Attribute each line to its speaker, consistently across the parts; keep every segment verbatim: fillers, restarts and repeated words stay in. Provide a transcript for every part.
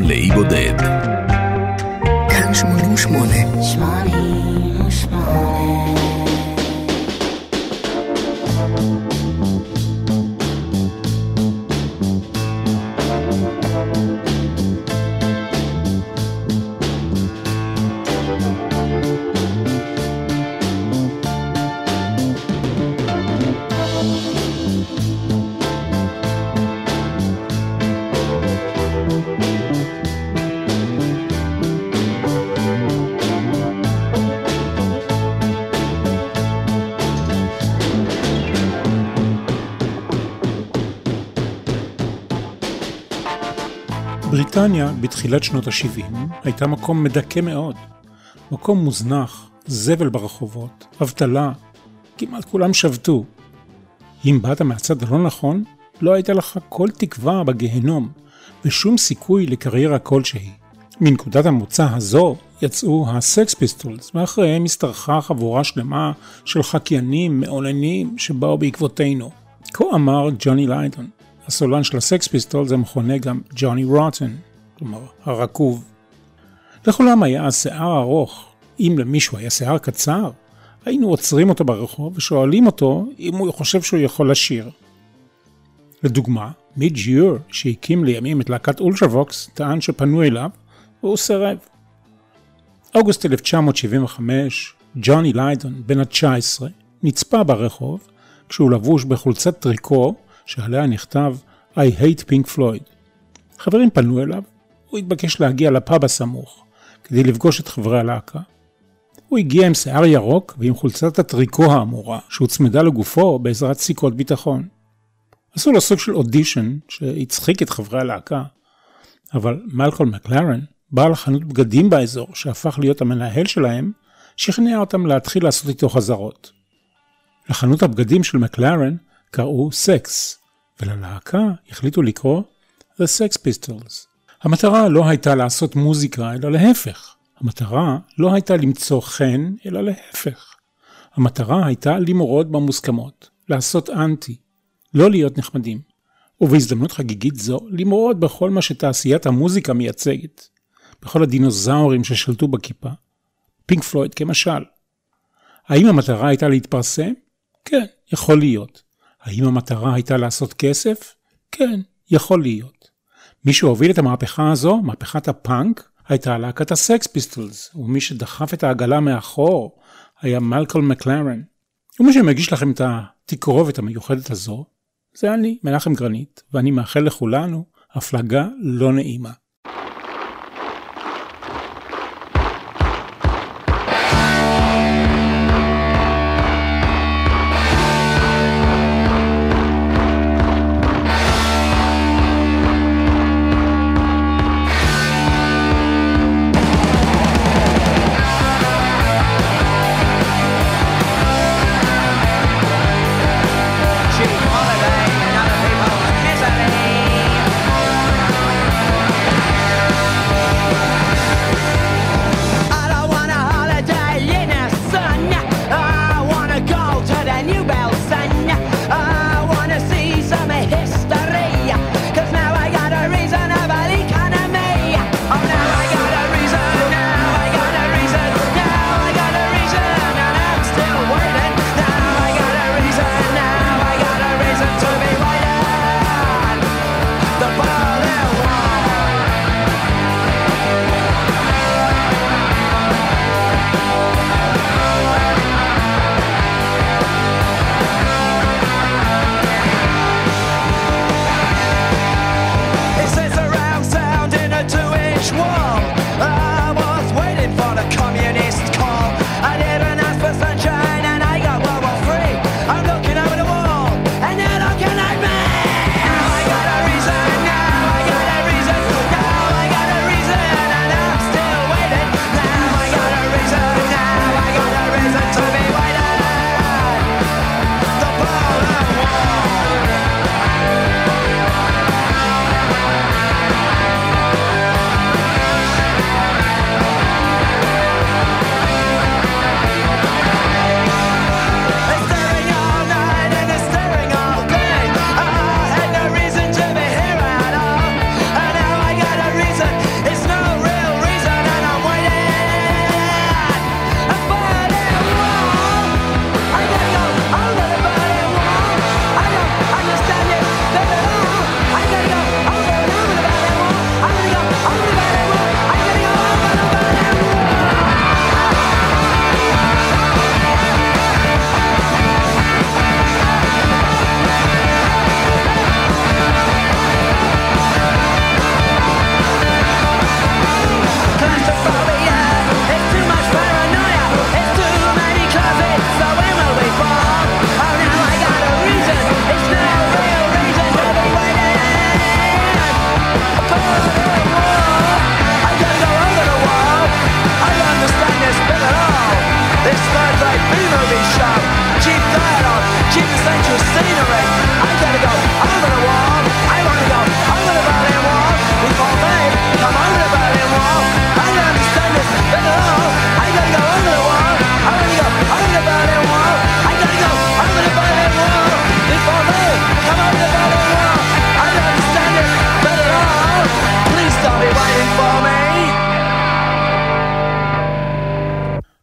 Speaker 1: לאי בודד.
Speaker 2: כאן שמונים ושמונה.
Speaker 3: שמונים ושמונה.
Speaker 4: בריטניה בתחילת שנות ה-שבעים הייתה מקום מדכא מאוד. מקום מוזנח, זבל ברחובות, אבטלה, כמעט כולם שבתו. אם באת מהצד הלא נכון, לא הייתה לך כל תקווה בגהנום, ושום סיכוי לקריירה כלשהי. מנקודת המוצא הזו יצאו הסקס פיסטולס, ואחריהם הסתרחה חבורה שלמה של חקיינים מעוננים שבאו בעקבותינו. כה אמר ג'וני ליידן. הסולן של הסקס פיסטולס זה מכונה גם ג'וני רוטן, כלומר הרקוב. לכולם היה שיער ארוך. אם למישהו היה שיער קצר, היינו עוצרים אותו ברחוב ושואלים אותו אם הוא חושב שהוא יכול לשיר. לדוגמה, מיד ג'יור, שהקים לימים את להקת אולטרווקס, טען שפנו אליו, והוא סירב. אוגוסט אלף תשע מאות שבעים וחמש, ג'וני ליידן, בן ה-תשע עשרה, נצפה ברחוב, כשהוא לבוש בחולצת טריקו, שעליה נכתב I hate Pink Floyd. חברים פנו אליו, הוא התבקש להגיע לפאב הסמוך, כדי לפגוש את חברי הלהקה. הוא הגיע עם שיער ירוק ועם חולצת הטריקו האמורה, שהוצמדה לגופו בעזרת סיכות ביטחון. עשו לו סוג של אודישן שהצחיק את חברי הלהקה, אבל מלקולם מקלרן, בעל חנות בגדים באזור שהפך להיות המנהל שלהם, שכנע אותם להתחיל לעשות איתו חזרות. לחנות הבגדים של מקלרן קראו סקס, וללהקה החליטו לקרוא The Sex Pistols. המטרה לא הייתה לעשות מוזיקה, אלא להפך. המטרה לא הייתה למצוא חן, אלא להפך. המטרה הייתה למרוד במוסכמות, לעשות אנטי, לא להיות נחמדים. ובהזדמנות חגיגית זו, למרוד בכל מה שתעשיית המוזיקה מייצגת. בכל הדינוזאורים ששלטו בכיפה. פינק פלויד כמשל. האם המטרה הייתה להתפרסם? כן, יכול להיות. האם המטרה הייתה לעשות כסף? כן, יכול להיות. מי שהוביל את המהפכה הזו, מהפכת הפאנק, הייתה להקת הסקס פיסטולס, ומי שדחף את העגלה מאחור היה מלקולם מקלרן. ומי שמגיש לכם את התקרובת המיוחדת הזו, זה אני, מנחם גרנית, ואני מאחל לכולנו הפלגה לא נעימה.
Speaker 5: Holiday and other people's misery.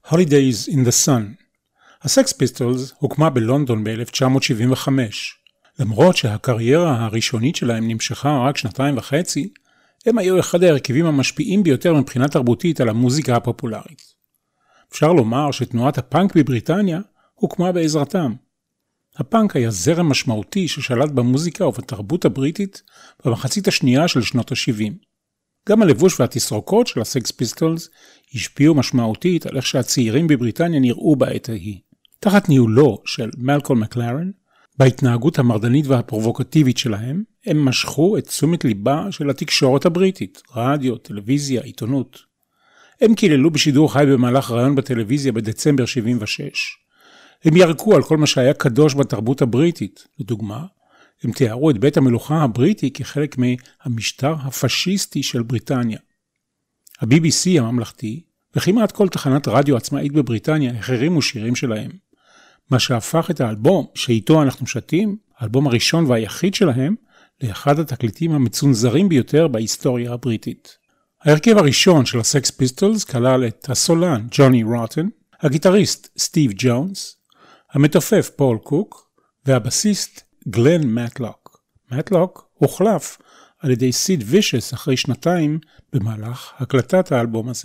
Speaker 4: Holidays in the Sun. הסקס פיסטולס הוקמה בלונדון ב-אלף תשע מאות שבעים וחמש. למרות שהקריירה הראשונית שלהם נמשכה רק שנתיים וחצי, הם היו אחד ההרכבים המשפיעים ביותר מבחינה תרבותית על המוזיקה הפופולרית. אפשר לומר שתנועת הפאנק בבריטניה הוקמה בעזרתם. הפאנק היה זרם משמעותי ששלט במוזיקה ובתרבות הבריטית במחצית השנייה של שנות ה-שבעים. גם הלבוש והתסרוקות של הסקס פיסטולס השפיעו משמעותית על איך שהצעירים בבריטניה נראו בעת ההיא. תחת ניהולו של מלקולם מקלרן, בהתנהגות המרדנית והפרובוקטיבית שלהם, הם משכו את תשומת ליבה של התקשורת הבריטית, רדיו, טלוויזיה, עיתונות. הם קיללו בשידור חי במהלך ראיון בטלוויזיה בדצמבר שבעים ושש. הם ירקו על כל מה שהיה קדוש בתרבות הבריטית. לדוגמה, הם תיארו את בית המלוכה הבריטי כחלק מהמשטר הפשיסטי של בריטניה. ה-בי בי סי הממלכתי, וכמעט כל תחנת רדיו עצמאית בבריטניה החרימו שירים שלהם. מה שהפך את האלבום שאיתו אנחנו שתים, האלבום הראשון והיחיד שלהם, לאחד התקליטים המצונזרים ביותר בהיסטוריה הבריטית. ההרכב הראשון של הסקס פיסטולס כלל את הסולן ג'וני רוטן, הגיטריסט סטיב ג'ונס, המתופף פול קוק והבסיסט גלן מטלוק. מטלוק הוחלף על ידי סיד וישס אחרי שנתיים במהלך הקלטת האלבום הזה.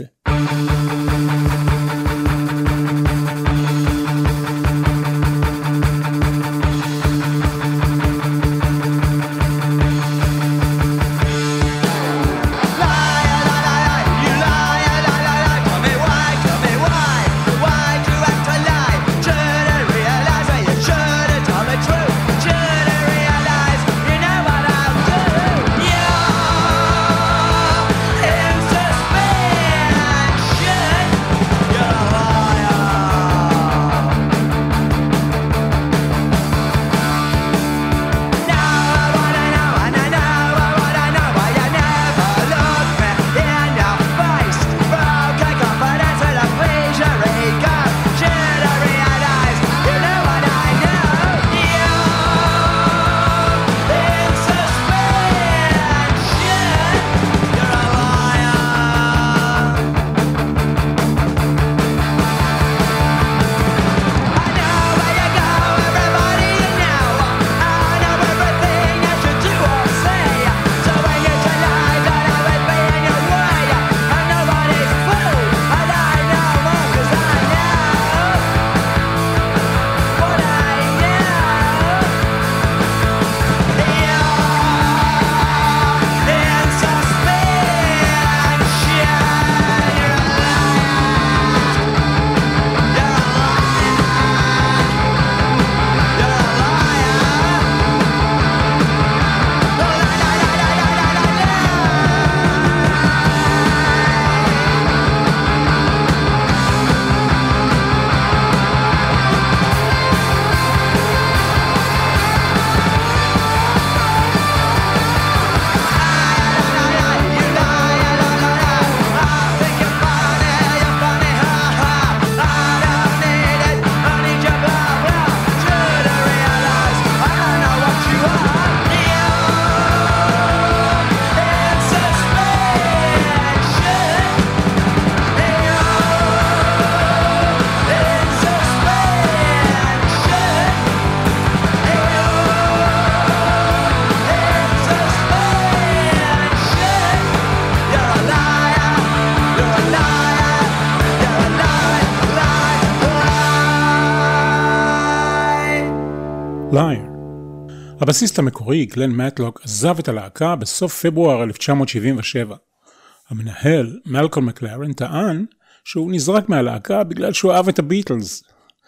Speaker 4: לייר. הבסיסט המקורי, גלן מטלוק, עזב את הלהקה בסוף פברואר אלף תשע מאות שבעים ושבע. המנהל, מלקולם מקלרן, טען שהוא נזרק מהלהקה בגלל שהוא אהב את הביטלס.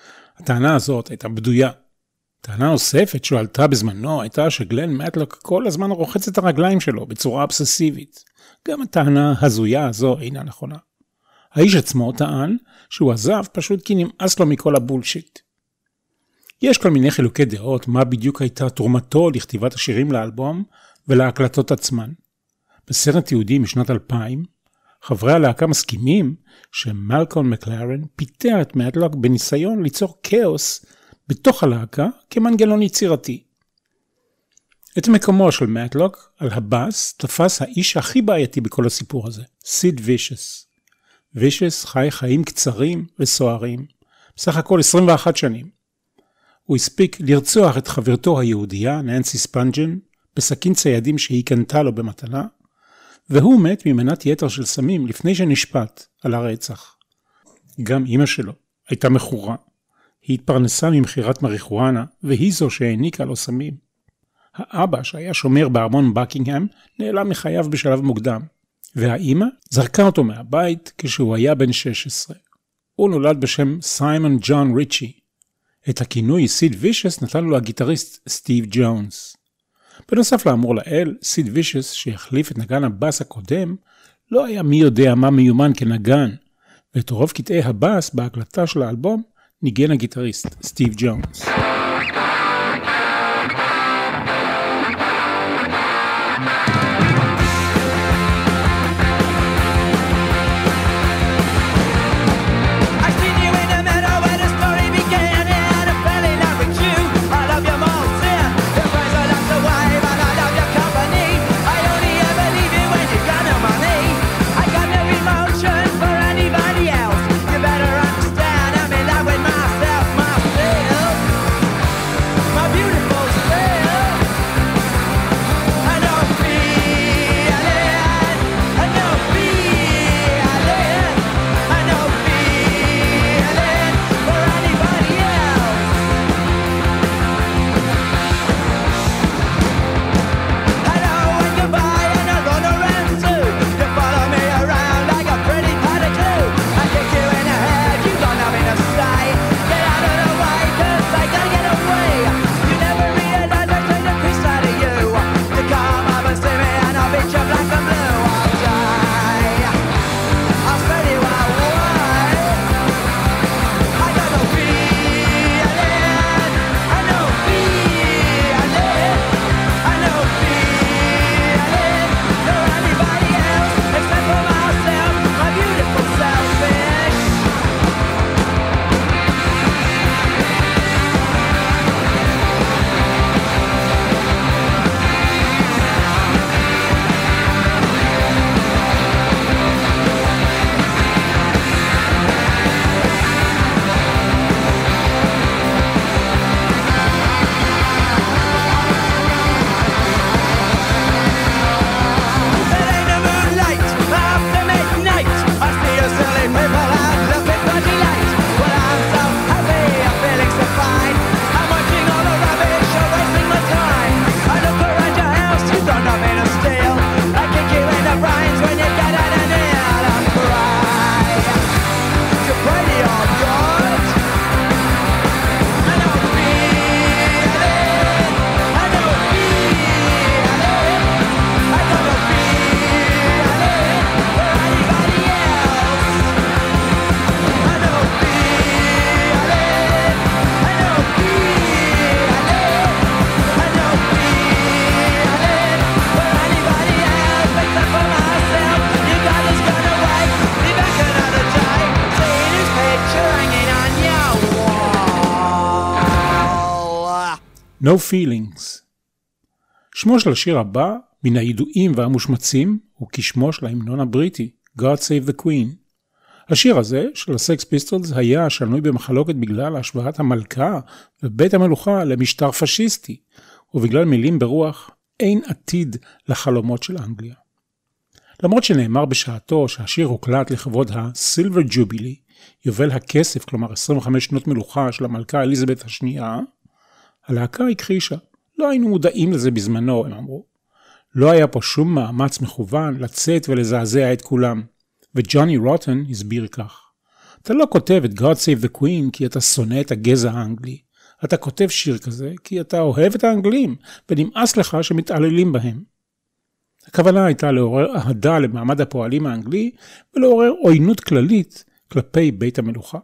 Speaker 4: הטענה הזאת הייתה בדויה. טענה נוספת שהועלתה בזמנו הייתה שגלן מטלוק כל הזמן רוחץ את הרגליים שלו בצורה אבססיבית. גם הטענה הזויה הזו אינה נכונה. האיש עצמו טען שהוא עזב פשוט כי נמאס לו מכל הבולשיט. יש כל מיני חילוקי דעות מה בדיוק הייתה תרומתו לכתיבת השירים לאלבום ולהקלטות עצמן. בסרט יהודי משנת אלפיים, חברי הלהקה מסכימים שמלקולם מקלרן פיתח את מטלוק בניסיון ליצור כאוס בתוך הלהקה כמנגנון יצירתי. את מקומו של מטלוק על הבאס תפס האיש הכי בעייתי בכל הסיפור הזה, סיד וישס. וישס חי חיים קצרים וסוערים, בסך הכל עשרים ואחת שנים. הוא הספיק לרצוח את חברתו היהודייה, ננסי ספנג'ן, בסכין ציידים שהיא קנתה לו במתנה, והוא מת ממנת יתר של סמים לפני שנשפט על הרצח. גם אמא שלו הייתה מכורה. היא התפרנסה ממחירת מריחואנה, והיא זו שהעניקה לו סמים. האבא, שהיה שומר בארמון בקינגהם, נעלם מחייו בשלב מוקדם, והאמא זרקה אותו מהבית כשהוא היה בן שש עשרה. הוא נולד בשם סיימון ג'ון ריצ'י. את הכינוי סיד וישס נתן לו הגיטריסט סטיב ג'ונס. בנוסף לאמור לאל, סיד וישס, שהחליף את נגן הבאס הקודם, לא היה מי יודע מה מיומן כנגן, ואת רוב קטעי הבאס בהקלטה של האלבום ניגן הגיטריסט סטיב ג'ונס. No Feelings. שמו של השיר הבא, מן הידועים והמושמצים, הוא כשמו של ההמנון הבריטי, God Save the Queen. השיר הזה, של הסקס פיסטולס, היה שנוי במחלוקת בגלל השוואת המלכה ובית המלוכה למשטר פשיסטי, ובגלל מילים ברוח, אין עתיד לחלומות של אנגליה. למרות שנאמר בשעתו שהשיר הוקלט לכבוד ה-Silver Jubilee, יובל הכסף, כלומר עשרים וחמש שנות מלוכה של המלכה אליזבת השנייה, הלהקה הכחישה. לא היינו מודעים לזה בזמנו, הם אמרו. לא היה פה שום מאמץ מכוון לצאת ולזעזע את כולם. וג'וני רוטן הסביר כך. אתה לא כותב את God Save the Queen כי אתה שונא את הגזע האנגלי. אתה כותב שיר כזה כי אתה אוהב את האנגלים ונמאס לך שמתעללים בהם. הכוונה הייתה לעורר אהדה למעמד הפועלים האנגלי ולעורר עוינות כללית כלפי בית המלוכה.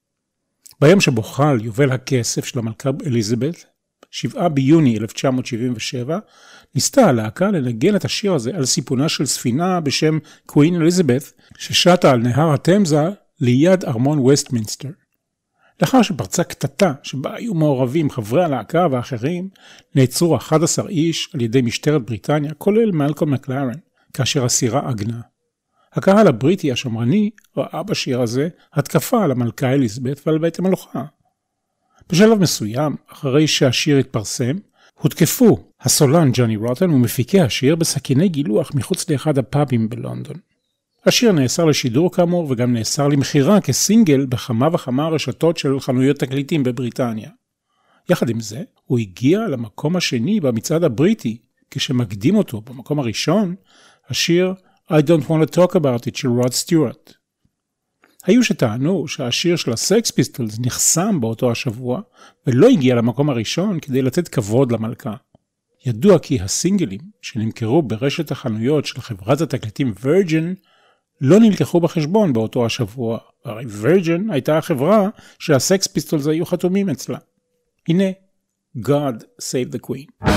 Speaker 4: ביום שבו חל יובל הכסף של המלכה אליזבת, שבעה ביוני אלף תשע מאות שבעים ושבע, ניסתה הלהקה לנגן את השיר הזה על סיפונה של ספינה בשם קווין אליזבת, ששטה על נהר התמזה ליד ארמון וסטמינסטר. לאחר שפרצה קטטה שבה היו מעורבים חברי הלהקה ואחרים, נעצרו אחד עשר איש על ידי משטרת בריטניה, כולל מלקום מקלרן, כאשר הסירה עגנה. הקהל הבריטי השמרני ראה בשיר הזה התקפה על המלכה אליזבת ועל בית המלוכה. בשלב מסוים, אחרי שהשיר התפרסם, הותקפו הסולן ג'וני רוטן ומפיקי השיר בסכיני גילוח מחוץ לאחד הפאבים בלונדון. השיר נאסר לשידור כאמור וגם נאסר למחירה כסינגל בכמה וכמה רשתות של חנויות תקליטים בבריטניה. יחד עם זה, הוא הגיע למקום השני במצעד הבריטי, כשמקדים אותו במקום הראשון, השיר I Don't Want to Talk About It של רוד סטיוארט. היו שטענו שהשיר של הסקס פיסטולס נחסם באותו השבוע, ולא הגיע למקום הראשון כדי לתת כבוד למלכה. ידוע כי הסינגלים שנמכרו ברשת החנויות של חברת התקליטים וירג'ן, לא נלקחו בחשבון באותו השבוע, הרי וירג'ן הייתה החברה שהסקס פיסטולס היו חתומים אצלה. הנה, God Save the Queen.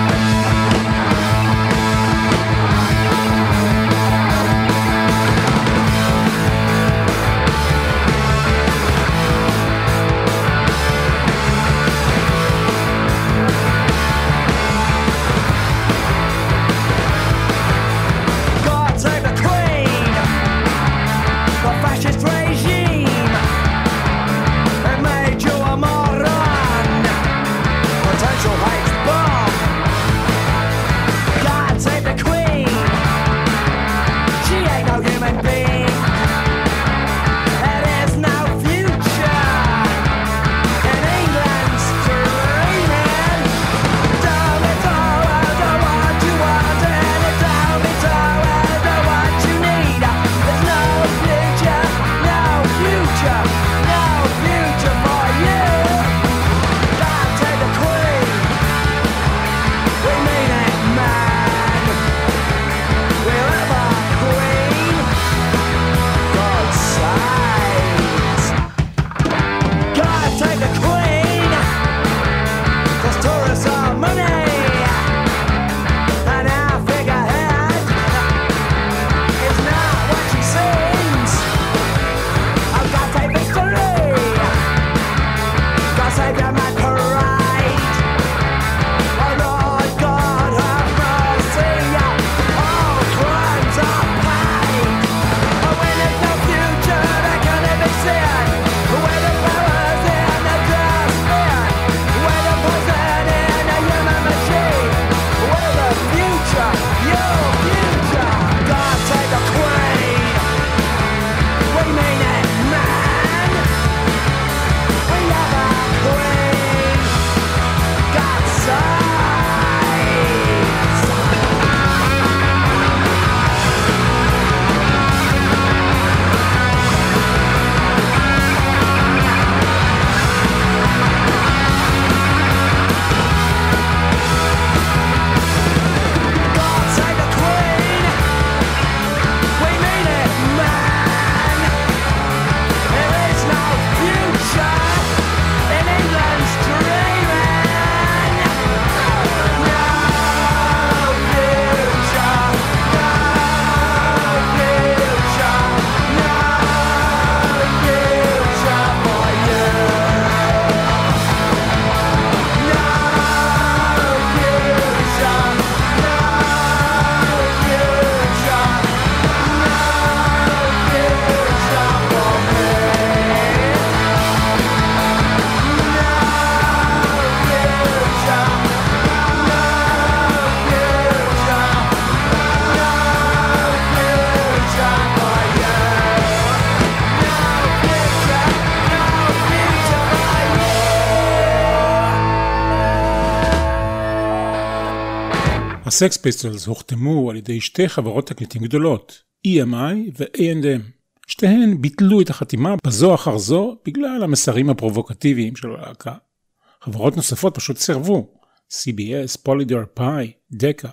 Speaker 4: הסקס פיסטולס הוחתמו על ידי שתי חברות תקליטים גדולות, E M I ו-A and M. שתיהן ביטלו את החתימה בזו אחר זו בגלל המסרים הפרובוקטיביים של הלהקה. חברות נוספות פשוט סירבו, C B S, Polydor, Pi, Decca.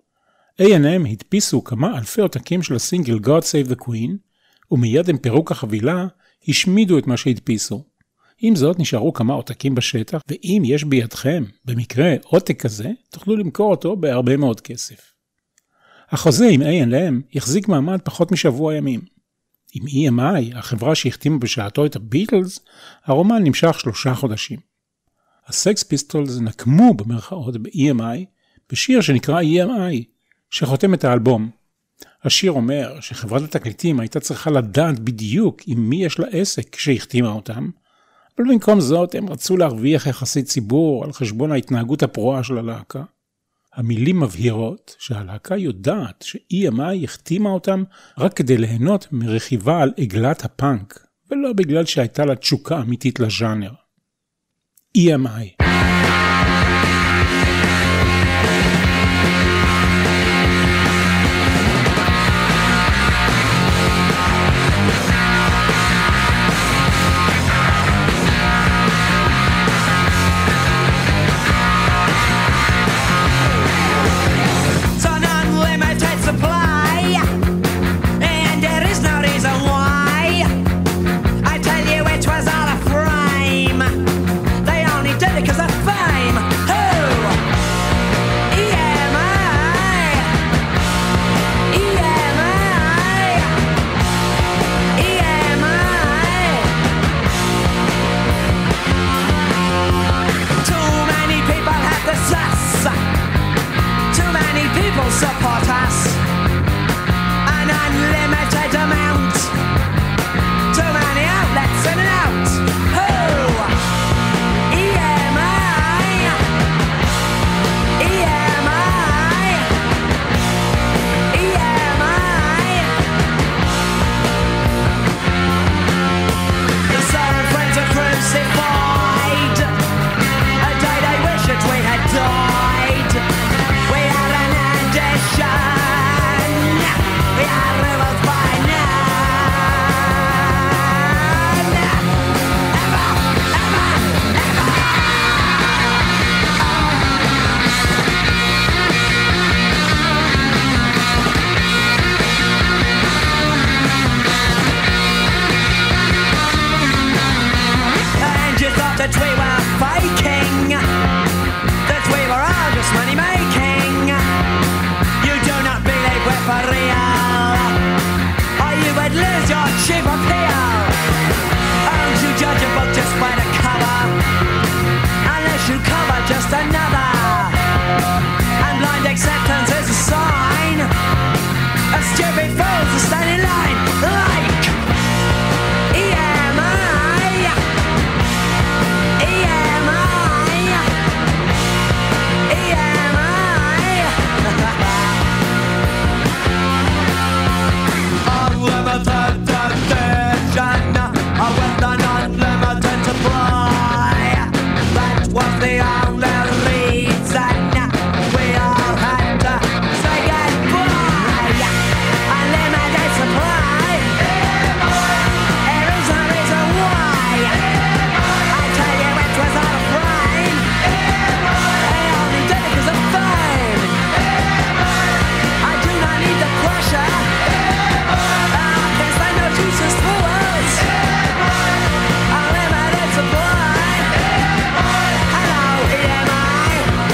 Speaker 4: A and M הדפיסו כמה אלפי עותקים של הסינגל God Save the Queen, ומיד עם פירוק החבילה השמידו את מה שהדפיסו. עם זאת נשארו כמה עותקים בשטח, ואם יש בידכם במקרה עותק כזה, תוכלו למכור אותו בהרבה מאוד כסף. החוזה עם A and M יחזיק מעמד פחות משבוע ימים. עם E M I, החברה שהחתימה בשעתו את הביטלס, הרומן נמשך שלושה חודשים. הסקס פיסטולס נקמו במרכאות ב-E M I בשיר שנקרא E M I, שחותם את האלבום. השיר אומר שחברת התקליטים הייתה צריכה לדעת בדיוק עם מי יש לה עסק כשהחתימה אותם, אבל במקום זאת הם רצו להרוויח יחסי ציבור על חשבון ההתנהגות הפרועה של הלהקה. המילים מבהירות שהלהקה יודעת ש-אי אם איי החתימה אותם רק כדי ליהנות מרכיבה על עגלת הפאנק, ולא בגלל שהייתה לה תשוקה אמיתית לז'אנר. אי אם איי.
Speaker 1: Support us an unlimited amount. Too many outlets in and out. Who? E M I. E M I. E M I. The seven friends are crucified. A day they wish that we had died. We are an we are rebels by none. Ever, ever, ever. And you thought that we were faking, that we were all just money making. You do not believe we're for real, or you would lose your cheap appeal. Aren't you judge a book just by the cover, unless you cover just another? And blind acceptance is a sign of stupid fools to stand in line like E M I. E M I. E M I. Unlimited edition with an unlimited supply. That was the only reason we all had to say goodbye. Unlimited supply. There is a reason why. I tell you it was all a frame. They only did it because of fame. I do not need the pressure. Jesus for us. Unlimited supply. Hello, E M I.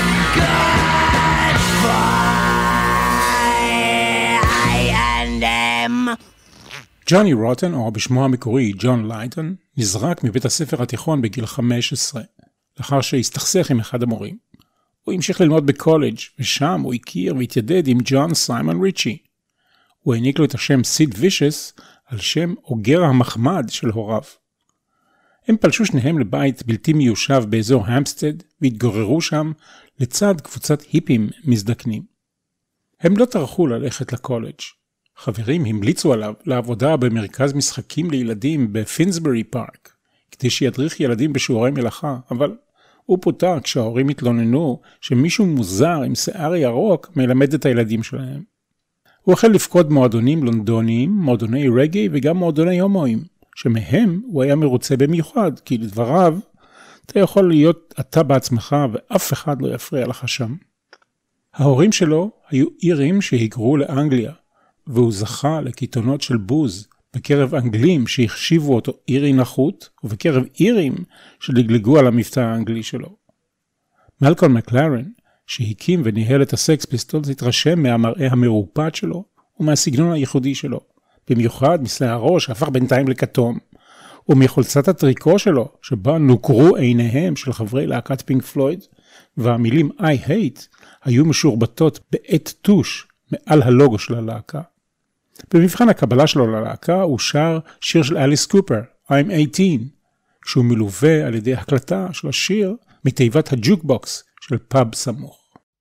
Speaker 1: Goodbye. I and M.
Speaker 4: ג'וני רוטן, או בשמו המקורי ג'ון לייטון, נזרק מבית הספר התיכון בגיל חמש עשרה, לאחר שהסתכסך עם אחד המורים. הוא המשיך ללמוד בקולג' ושם הוא הכיר והתיידד עם ג'ון סיימון ריצ'י. הוא העניק לו את השם סיד וישס על שם אוגר המחמד של הוריו. הם פלשו שניהם לבית בלתי מיושב באזור המפסטד והתגוררו שם לצד קבוצת היפים מזדקנים. הם לא טרחו ללכת לקולג'. חברים המליצו עליו לעבודה במרכז משחקים לילדים בפינסברי פארק, כדי שידריך ילדים בשיעורי מלאכה, אבל הוא פוטר כשההורים התלוננו שמישהו מוזר עם שיער ירוק מלמד את הילדים שלהם. הוא החל לפקוד מועדונים לונדוניים, מועדוני רגי וגם מועדוני הומואים, שמהם הוא היה מרוצה במיוחד, כי לדבריו אתה יכול להיות אתה בעצמך ואף אחד לא יפריע לך שם. ההורים שלו היו אירים שהיגרו לאנגליה, והוא זכה לקיתונות של בוז בקרב אנגלים שהחשיבו אותו אירי נחות, ובקרב אירים שלגלגו על המבטא האנגלי שלו. מלקולם מקלרן, שהקים וניהל את הסקס פיסטולס, התרשם מהמראה המרופט שלו ומהסגנון הייחודי שלו, במיוחד משערו שהפך בינתיים לכתום, ומחולצת הטריקו שלו, שבה נוקרו עיניהם של חברי להקת פינק פלויד, והמילים I hate היו משורבטות בעת טוש מעל הלוגו של הלהקה. במבחן הקבלה שלו ללהקה הוא שר שיר של אליס קופר, I'm eighteen, שהוא מלווה על ידי הקלטה של השיר מתיבת הג'וקבוקס של פאב סמוך.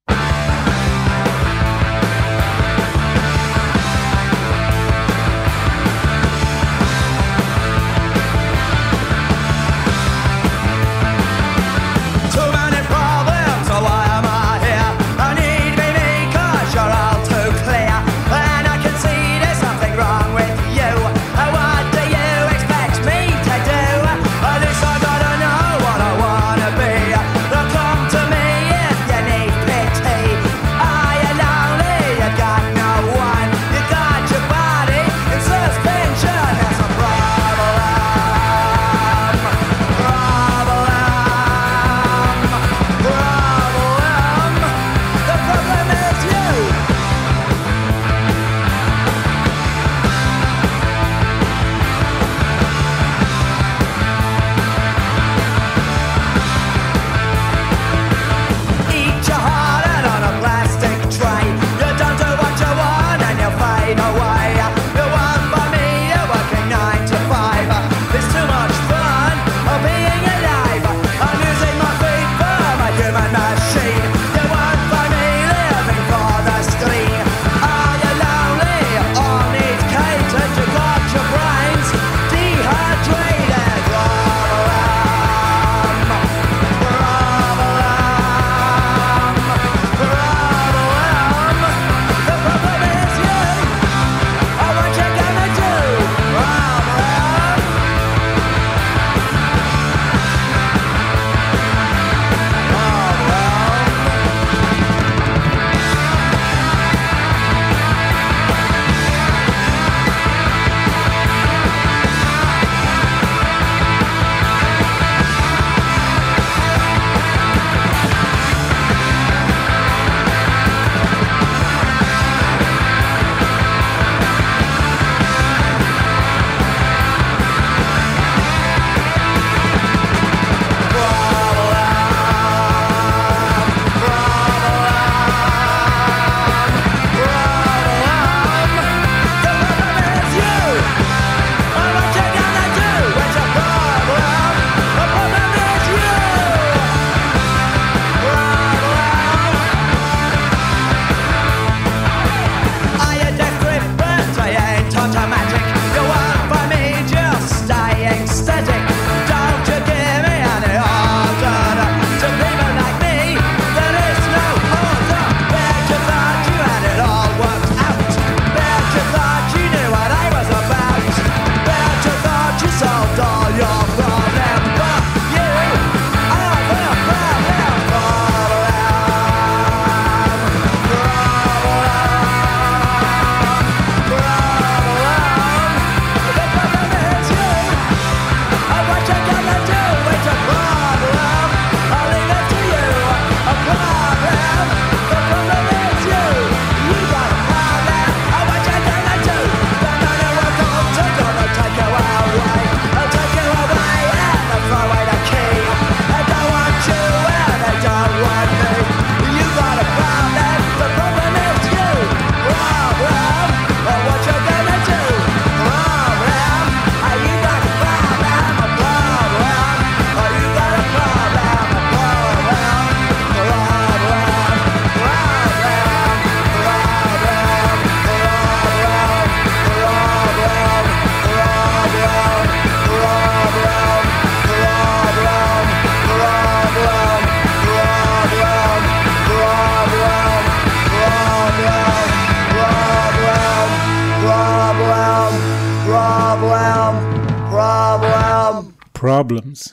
Speaker 4: Problems.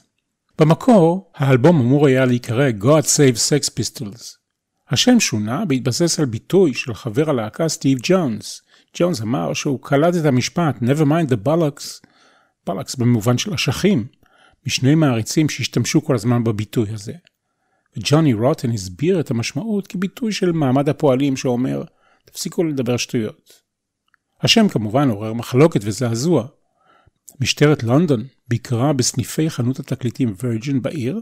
Speaker 4: במקור, האלבום אמור היה להיקרא God Save Sex Pistols. השם שונה בהתבסס על ביטוי של חבר הלהקה סטיב ג'ונס. ג'ונס אמר שהוא קלט את המשפט Never mind the bollocks, bollocks במובן של אשכים, משני מעריצים שהשתמשו כל הזמן בביטוי הזה. וג'וני רוטן הסביר את המשמעות כביטוי של מעמד הפועלים שאומר, תפסיקו לדבר שטויות. השם כמובן עורר מחלוקת וזעזוע. משטרת לונדון ביקרה בסניפי חנות התקליטים וירג'ין בעיר,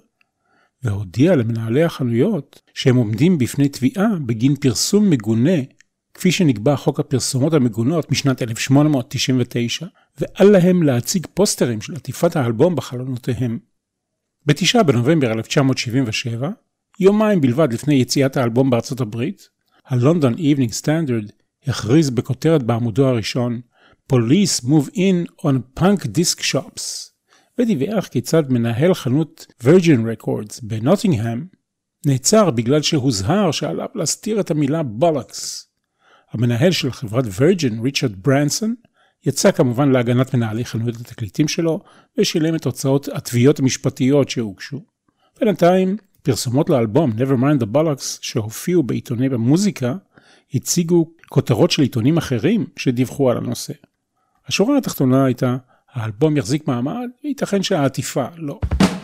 Speaker 4: והודיעה למנהלי החנויות שהם עומדים בפני תביעה בגין פרסום מגונה, כפי שנקבע חוק הפרסומות המגונות משנת אלף שמונה מאות תשעים ותשע, ואל להם להציג פוסטרים של עטיפת האלבום בחלונותיהם. בתשעה בנובמבר אלף תשע מאות שבעים ושבע, יומיים בלבד לפני יציאת האלבום בארצות הברית, הלונדון Evening Standard הכריז בכותרת בעמודו הראשון, Police move in on punk disc shops, ודיווח כיצד מנהל חנות Virgin Records בנוטינגהאם נעצר בגלל שהוזהר שעליו להסתיר את המילה בולקס. המנהל של חברת Virgin, ריצ'רד ברנסון, יצא כמובן להגנת מנהלי חנויות התקליטים שלו, ושילם את הוצאות התביעות המשפטיות שהוגשו. בינתיים, פרסומות לאלבום Nevermind the Bollocks שהופיעו בעיתוני במוזיקה, הציגו כותרות של עיתונים אחרים שדיווחו על הנושא. השורה התחתונה הייתה, האלבום יחזיק מעמד, וייתכן שהעטיפה לא.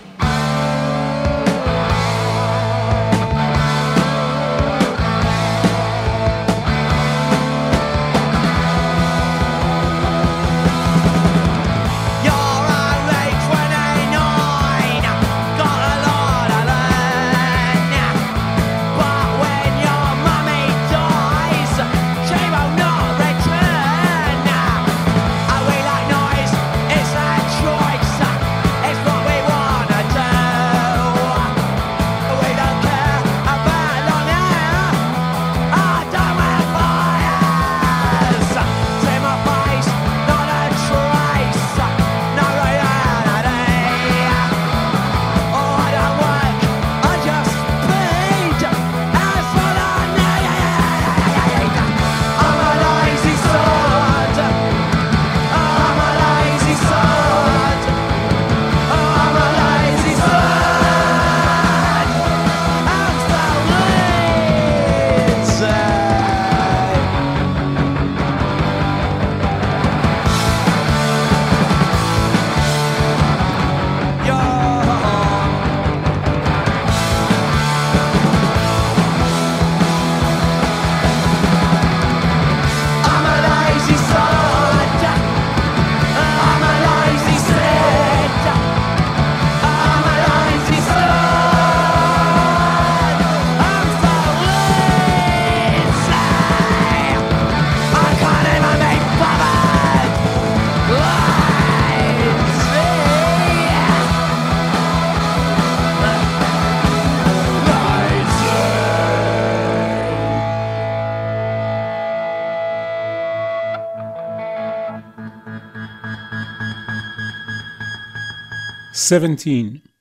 Speaker 4: שבע עשרה.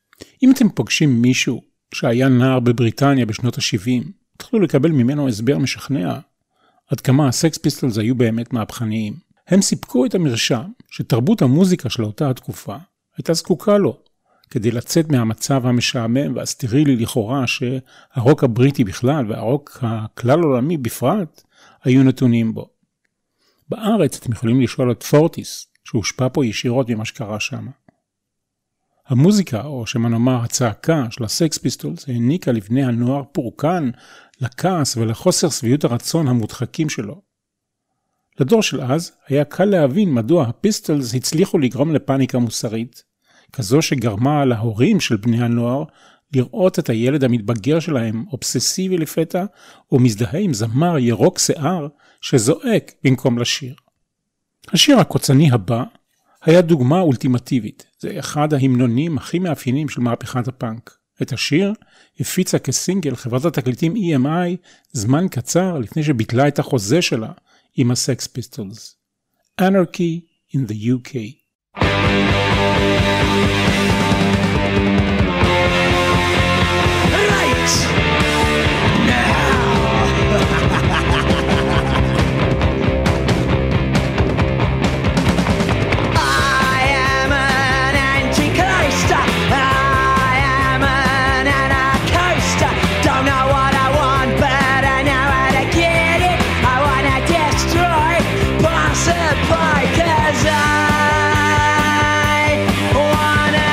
Speaker 4: אם אתם פוגשים מישהו שהיה נער בבריטניה בשנות ה-שבעים, תוכלו לקבל ממנו הסבר משכנע עד כמה הסקס פיסטולס היו באמת מהפכניים. הם סיפקו את המרשם שתרבות המוזיקה של אותה התקופה הייתה זקוקה לו, כדי לצאת מהמצב המשעמם והסטרילי לכאורה שהרוק הבריטי בכלל והרוק הכלל עולמי בפרט היו נתונים בו. בארץ אתם יכולים לשאול את פורטיס, שהושפע פה ישירות ממה שקרה שם. המוזיקה, או שמה נאמר הצעקה של הסקס פיסטולס, העניקה לבני הנוער פורקן לכעס ולחוסר שביעות הרצון המודחקים שלו. לדור של אז היה קל להבין מדוע הפיסטולס הצליחו לגרום לפאניקה מוסרית, כזו שגרמה להורים של בני הנוער לראות את הילד המתבגר שלהם אובססיבי לפתע, או מזדהה עם זמר ירוק שיער שזועק במקום לשיר. השיר הקוצני הבא היה דוגמה אולטימטיבית. זה אחד ההמנונים הכי מאפיינים של מהפכת הפאנק. את השיר הפיצה כסינגל חברת התקליטים E M I זמן קצר לפני שביטלה את החוזה שלה עם הסקס פיסטולס. Anarchy in the U K.
Speaker 1: Cause I wanna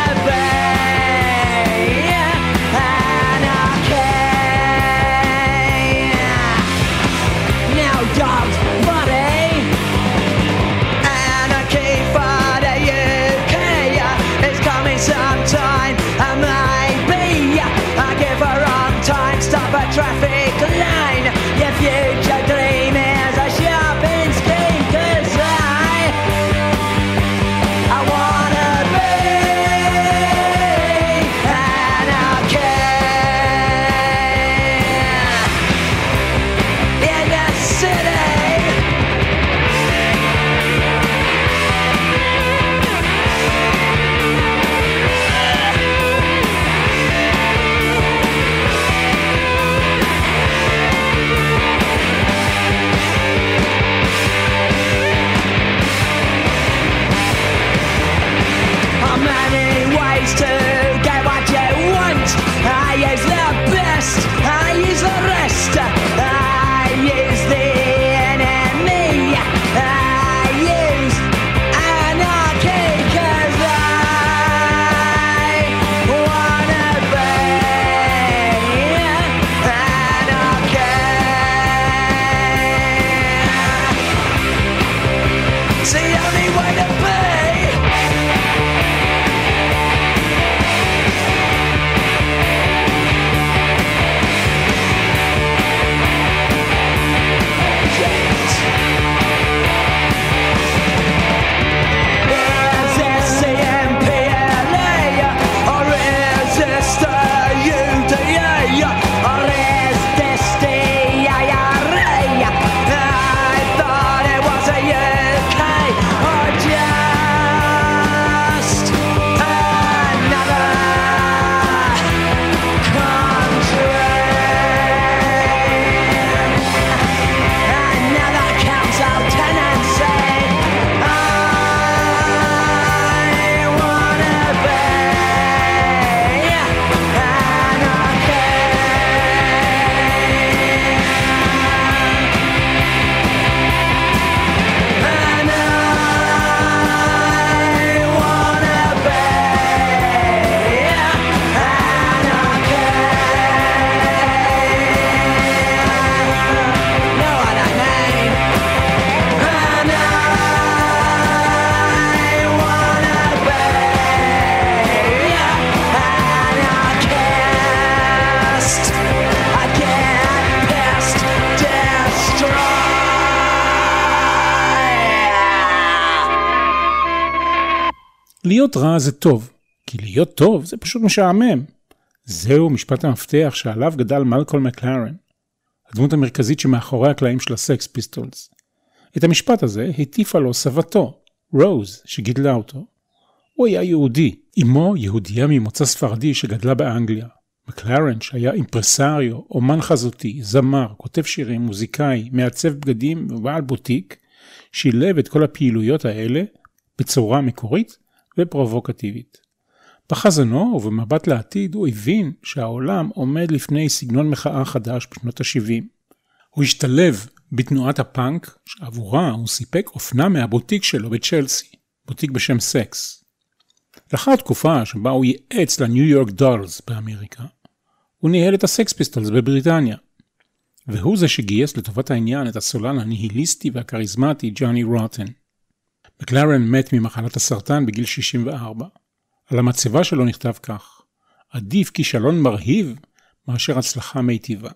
Speaker 4: להיות רע זה טוב, כי להיות טוב זה פשוט משעמם. זהו משפט המפתח שעליו גדל מלקולם מקלרן, הדמות המרכזית שמאחורי הקלעים של הסקס פיסטולס. את המשפט הזה הטיפה לו סבתו, רוז, שגידלה אותו. הוא היה יהודי, אמו יהודייה ממוצא ספרדי שגדלה באנגליה. מקלרן, שהיה אימפרסריו, אומן חזותי, זמר, כותב שירים, מוזיקאי, מעצב בגדים ובעל בוטיק, שילב את כל הפעילויות האלה בצורה מקורית ופרובוקטיבית. בחזונו ובמבט לעתיד הוא הבין שהעולם עומד לפני סגנון מחאה חדש בשנות ה-שבעים. הוא השתלב בתנועת הפאנק שעבורה הוא סיפק אופנה מהבוטיק שלו בצ'לסי, בוטיק בשם סקס. לאחר תקופה שבה הוא ייעץ לניו יורק דולס באמריקה, הוא ניהל את הסקס פיסטולס בבריטניה. והוא זה שגייס לטובת העניין את הסולן הניהיליסטי והקריזמטי ג'וני רוטן. מקלרן מת ממחלת הסרטן בגיל שישים וארבע. על המצבה שלו נכתב כך: עדיף כישלון מרהיב מאשר הצלחה מיטיבה.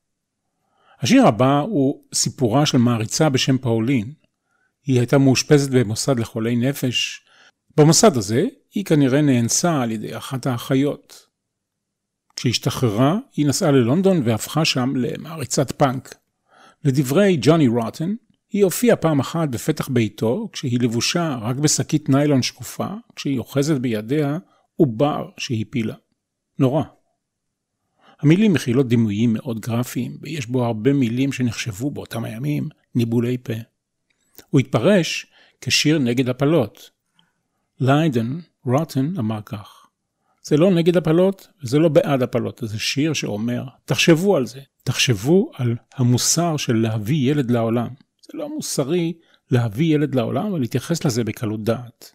Speaker 4: השיר הבא הוא סיפורה של מעריצה בשם פאולין. היא הייתה מאושפזת במוסד לחולי נפש. במוסד הזה היא כנראה נאנסה על ידי אחת האחיות. כשהשתחררה היא נסעה ללונדון והפכה שם למעריצת פאנק. לדברי ג'וני רוטן, היא הופיעה פעם אחת בפתח ביתו כשהיא לבושה רק בשקית ניילון שקופה, כשהיא אוחזת בידיה עובר שהיא פילה. נורא. המילים מכילות דימויים מאוד גרפיים, ויש בו הרבה מילים שנחשבו באותם הימים ניבולי פה. הוא התפרש כשיר נגד הפלות. ליידן, רוטן אמר כך: זה לא נגד הפלות וזה לא בעד הפלות, זה שיר שאומר, תחשבו על זה, תחשבו על המוסר של להביא ילד לעולם. זה לא מוסרי להביא ילד לעולם ולהתייחס לזה בקלות דעת.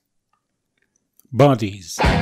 Speaker 4: Bodies.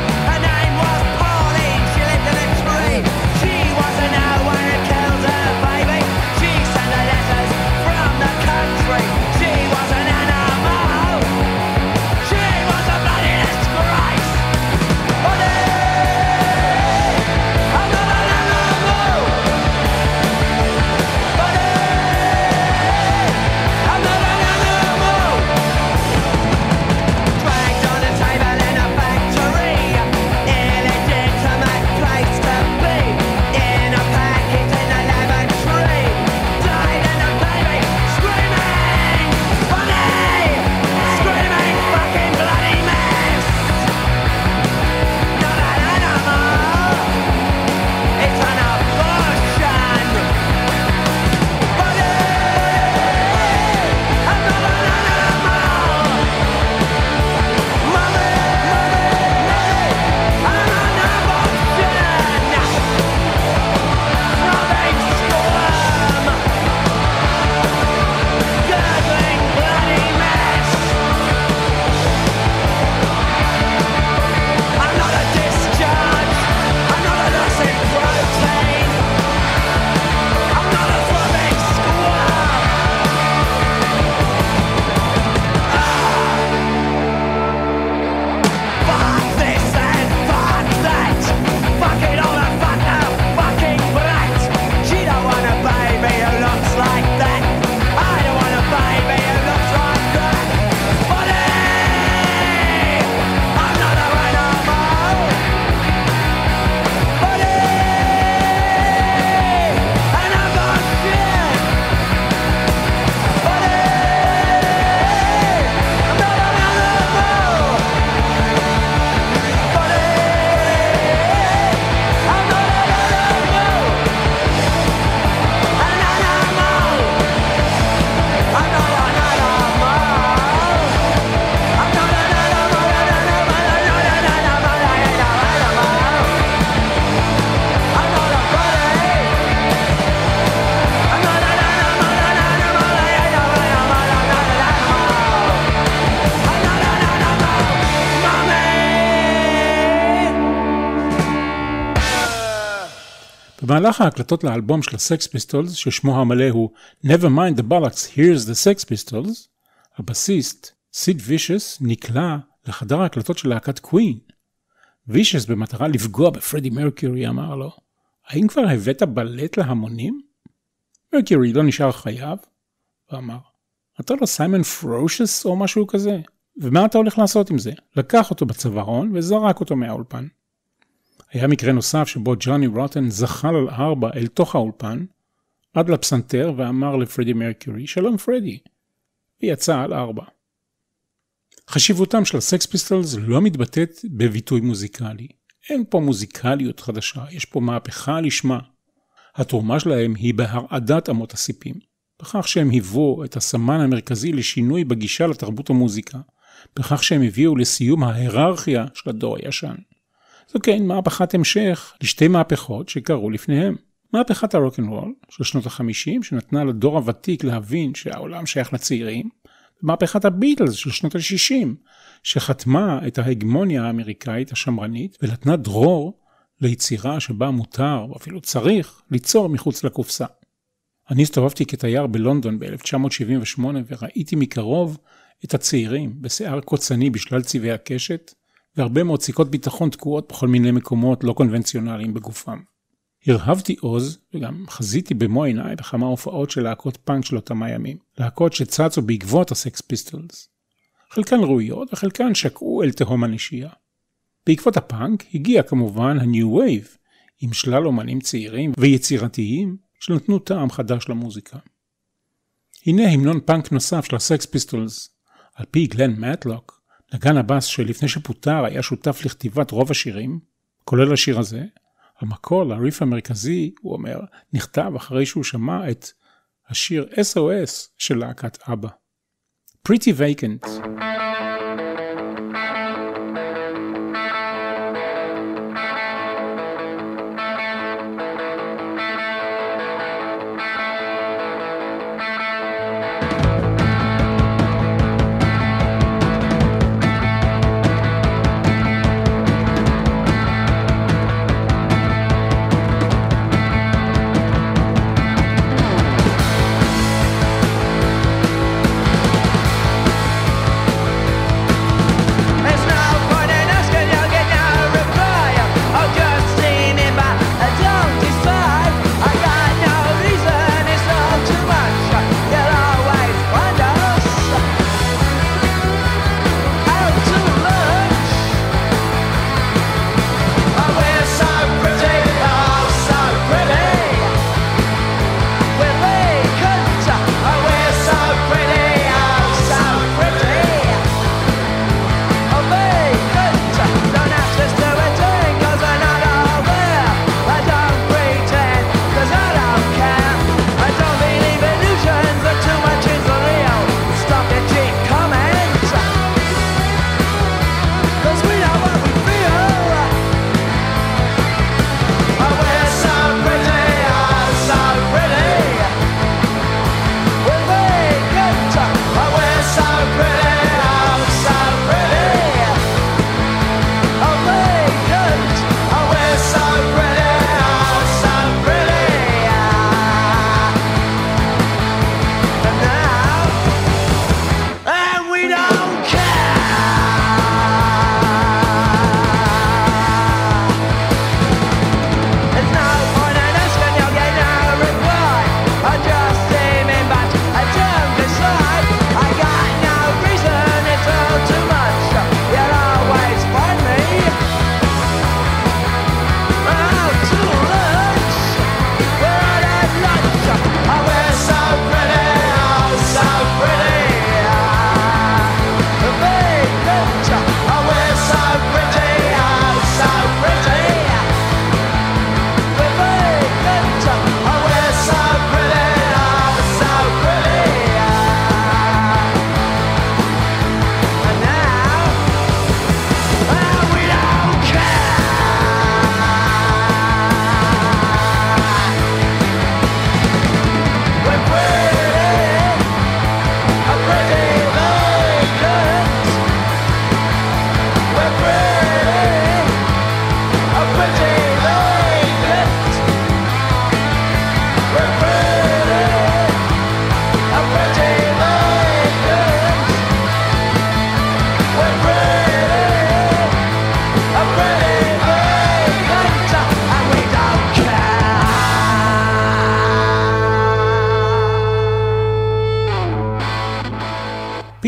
Speaker 1: She was a no one who killed her.
Speaker 4: במהלך ההקלטות לאלבום של הסקס פיסטולס, ששמו המלא הוא Never mind the bollocks, here's the sex pistols, הבסיסט, סיד וישס, נקלע לחדר ההקלטות של להקת קווין. וישס במטרה לפגוע בפרדי מרקיורי אמר לו, האם כבר הבאת בלט להמונים? מרקיורי לא נשאר חייב, ואמר, אתה לא סיימון פרושס או משהו כזה? ומה אתה הולך לעשות עם זה? לקח אותו בצווארון וזרק אותו מהאולפן. היה מקרה נוסף שבו ג'וני רוטן זחל על ארבע אל תוך האולפן, עד לפסנתר ואמר לפרדי מרקיורי, שלום פרדי, ויצא על ארבע. חשיבותם של הסקס פיסטולס לא מתבטאת בביטוי מוזיקלי. אין פה מוזיקליות חדשה, יש פה מהפכה לשמה. התרומה שלהם היא בהרעדת אמות הסיפים, בכך שהם היוו את הסמן המרכזי לשינוי בגישה לתרבות המוזיקה, בכך שהם הביאו לסיום ההיררכיה של הדור הישן. זו כן מהפכת המשך לשתי מהפכות שקרו לפניהם. מהפכת הרוק'נ'רול של שנות החמישים שנתנה לדור הוותיק להבין שהעולם שייך לצעירים, ומהפכת הביטלס של שנות השישים שחתמה את ההגמוניה האמריקאית השמרנית ונתנה דרור ליצירה שבה מותר ואפילו צריך ליצור מחוץ לקופסה. אני הסתובבתי כתייר בלונדון ב-אלף תשע מאות שבעים ושמונה וראיתי מקרוב את הצעירים בשיער קוצני בשלל צבעי הקשת והרבה מאוד סיכות ביטחון תקועות בכל מיני מקומות לא קונבנציונליים בגופם. הרהבתי עוז וגם חזיתי במו עיניי בכמה הופעות של להקות פאנק של אותם הימים, להקות שצצו בעקבות הסקס פיסטולס. חלקן ראויות וחלקן שקעו אל תהום הנשייה. בעקבות הפאנק הגיע כמובן ה-New Wave, עם שלל אומנים צעירים ויצירתיים שנתנו טעם חדש למוזיקה. הנה המנון פאנק נוסף של הסקס פיסטולס, על פי גלן מטלוק, נגן הבאס שלפני שפוטר היה שותף לכתיבת רוב השירים, כולל השיר הזה, המקור לריף המרכזי, הוא אומר, נכתב אחרי שהוא שמע את השיר אס או אס של להקת אבא. Pretty Vacant.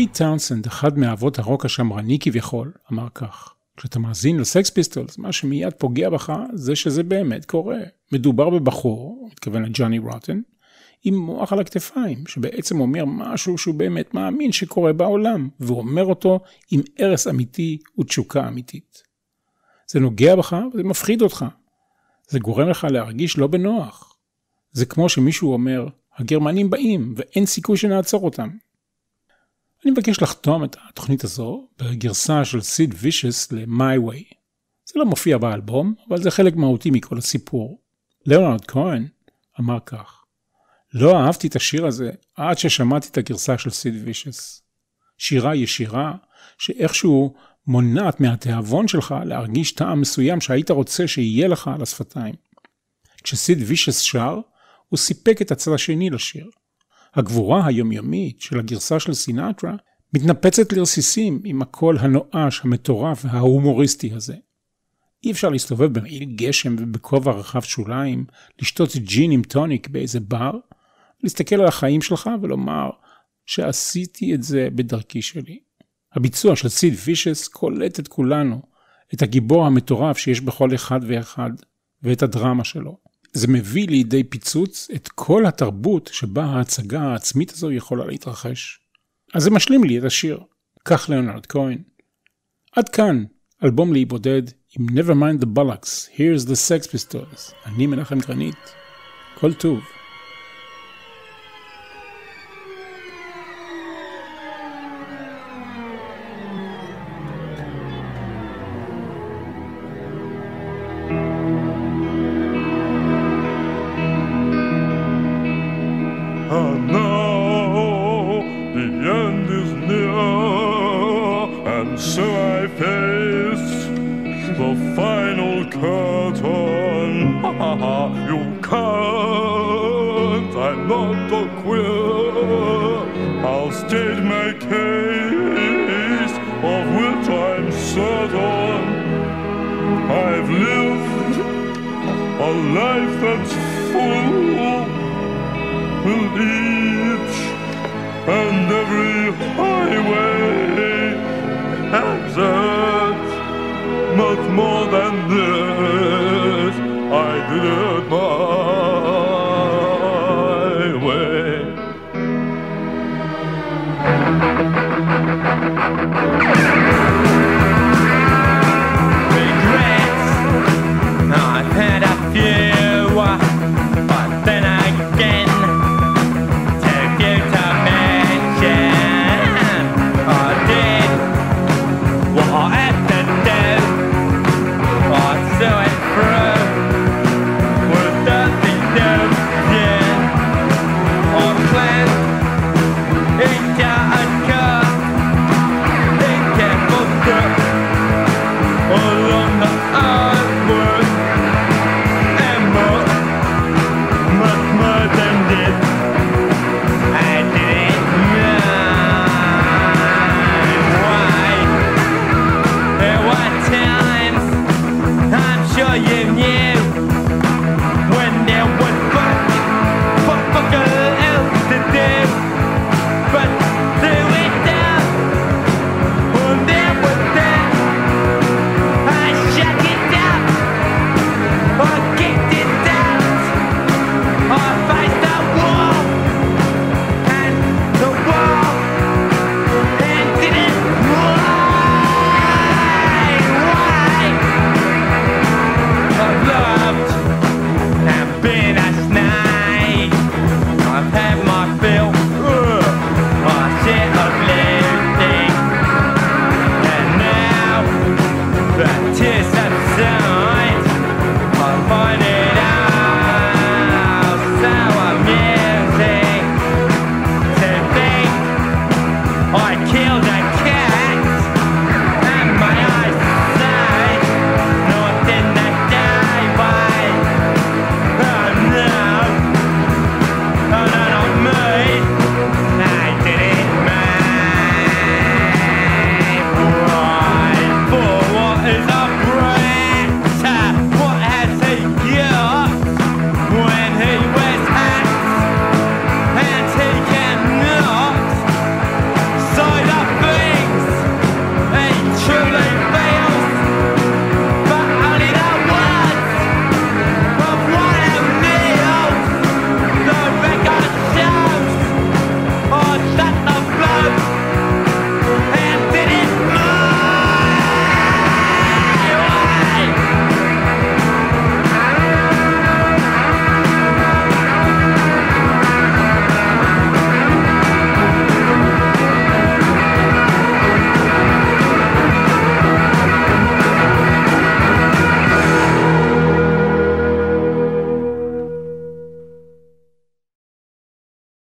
Speaker 4: פיט טאונסנד, אחד מאבות הרוק השמרני כביכול, אמר כך, כשאתה מאזין לסקס פיסטולס, מה שמיד פוגע בך זה שזה באמת קורה. מדובר בבחור, מתכוון לג'וני רוטן, עם מוח על הכתפיים, שבעצם אומר משהו שהוא באמת מאמין שקורה בעולם, והוא אומר אותו עם ערס אמיתי ותשוקה אמיתית. זה נוגע בך וזה מפחיד אותך. זה גורם לך להרגיש לא בנוח. זה כמו שמישהו אומר, הגרמנים באים ואין סיכוי שנעצור אותם. אני מבקש לחתום את התוכנית הזו בגרסה של סיד וישס ל-My Way. זה לא מופיע באלבום, אבל זה חלק מהותי מכל הסיפור. ליאונרד כהן אמר כך, לא אהבתי את השיר הזה עד ששמעתי את הגרסה של סיד וישס. שירה ישירה שאיכשהו מונעת מהתיאבון שלך להרגיש טעם מסוים שהיית רוצה שיהיה לך על השפתיים. כשסיד וישס שר, הוא סיפק את הצד השני לשיר. הגבורה היומיומית של הגרסה של סינטרה מתנפצת לרסיסים עם הקול הנואש, המטורף וההומוריסטי הזה. אי אפשר להסתובב במעיל גשם ובכובע רחב שוליים, לשתות ג'ין עם טוניק באיזה בר, להסתכל על החיים שלך ולומר שעשיתי את זה בדרכי שלי. הביצוע של סיד וישס קולט את כולנו, את הגיבור המטורף שיש בכל אחד ואחד, ואת הדרמה שלו. זה מביא לידי פיצוץ את כל התרבות שבה ההצגה העצמית הזו יכולה להתרחש. אז זה משלים לי את השיר. כך ליאונרד כהן. עד כאן, אלבום להיבודד עם Never Mind the Bollocks, Here's the Sex Pistols. אני מנחם גרנית. כל טוב.
Speaker 5: And now the end is near, and so I face the final curtain. Ha ha ha, you can't, I'm not a queer. I'll state my case, of which I'm certain. I've lived a life that's full, with each and every highway exit. Much more than this, I did it my way.
Speaker 1: Regrets, I've had a few, but then again tears